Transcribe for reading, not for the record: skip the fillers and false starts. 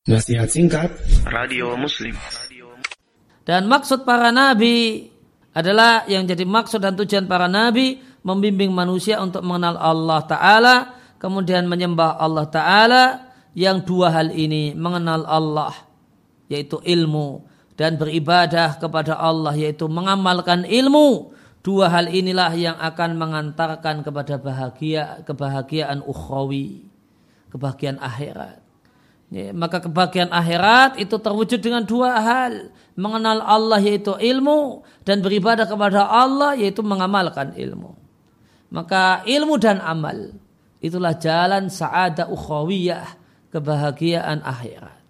Nasihat singkat Radio Muslim. Dan maksud para nabi adalah yang jadi maksud dan tujuan para nabi membimbing manusia untuk mengenal Allah Ta'ala, kemudian menyembah Allah Ta'ala. Yang dua hal ini, mengenal Allah yaitu ilmu, dan beribadah kepada Allah yaitu mengamalkan ilmu. Dua hal inilah yang akan mengantarkan kepada kebahagiaan ukhrawi, kebahagiaan akhirat. Ya, maka kebahagiaan akhirat itu terwujud dengan dua hal. Mengenal Allah yaitu ilmu, dan beribadah kepada Allah yaitu mengamalkan ilmu. Maka ilmu dan amal itulah jalan sa'adah ukhrawiyah, kebahagiaan akhirat.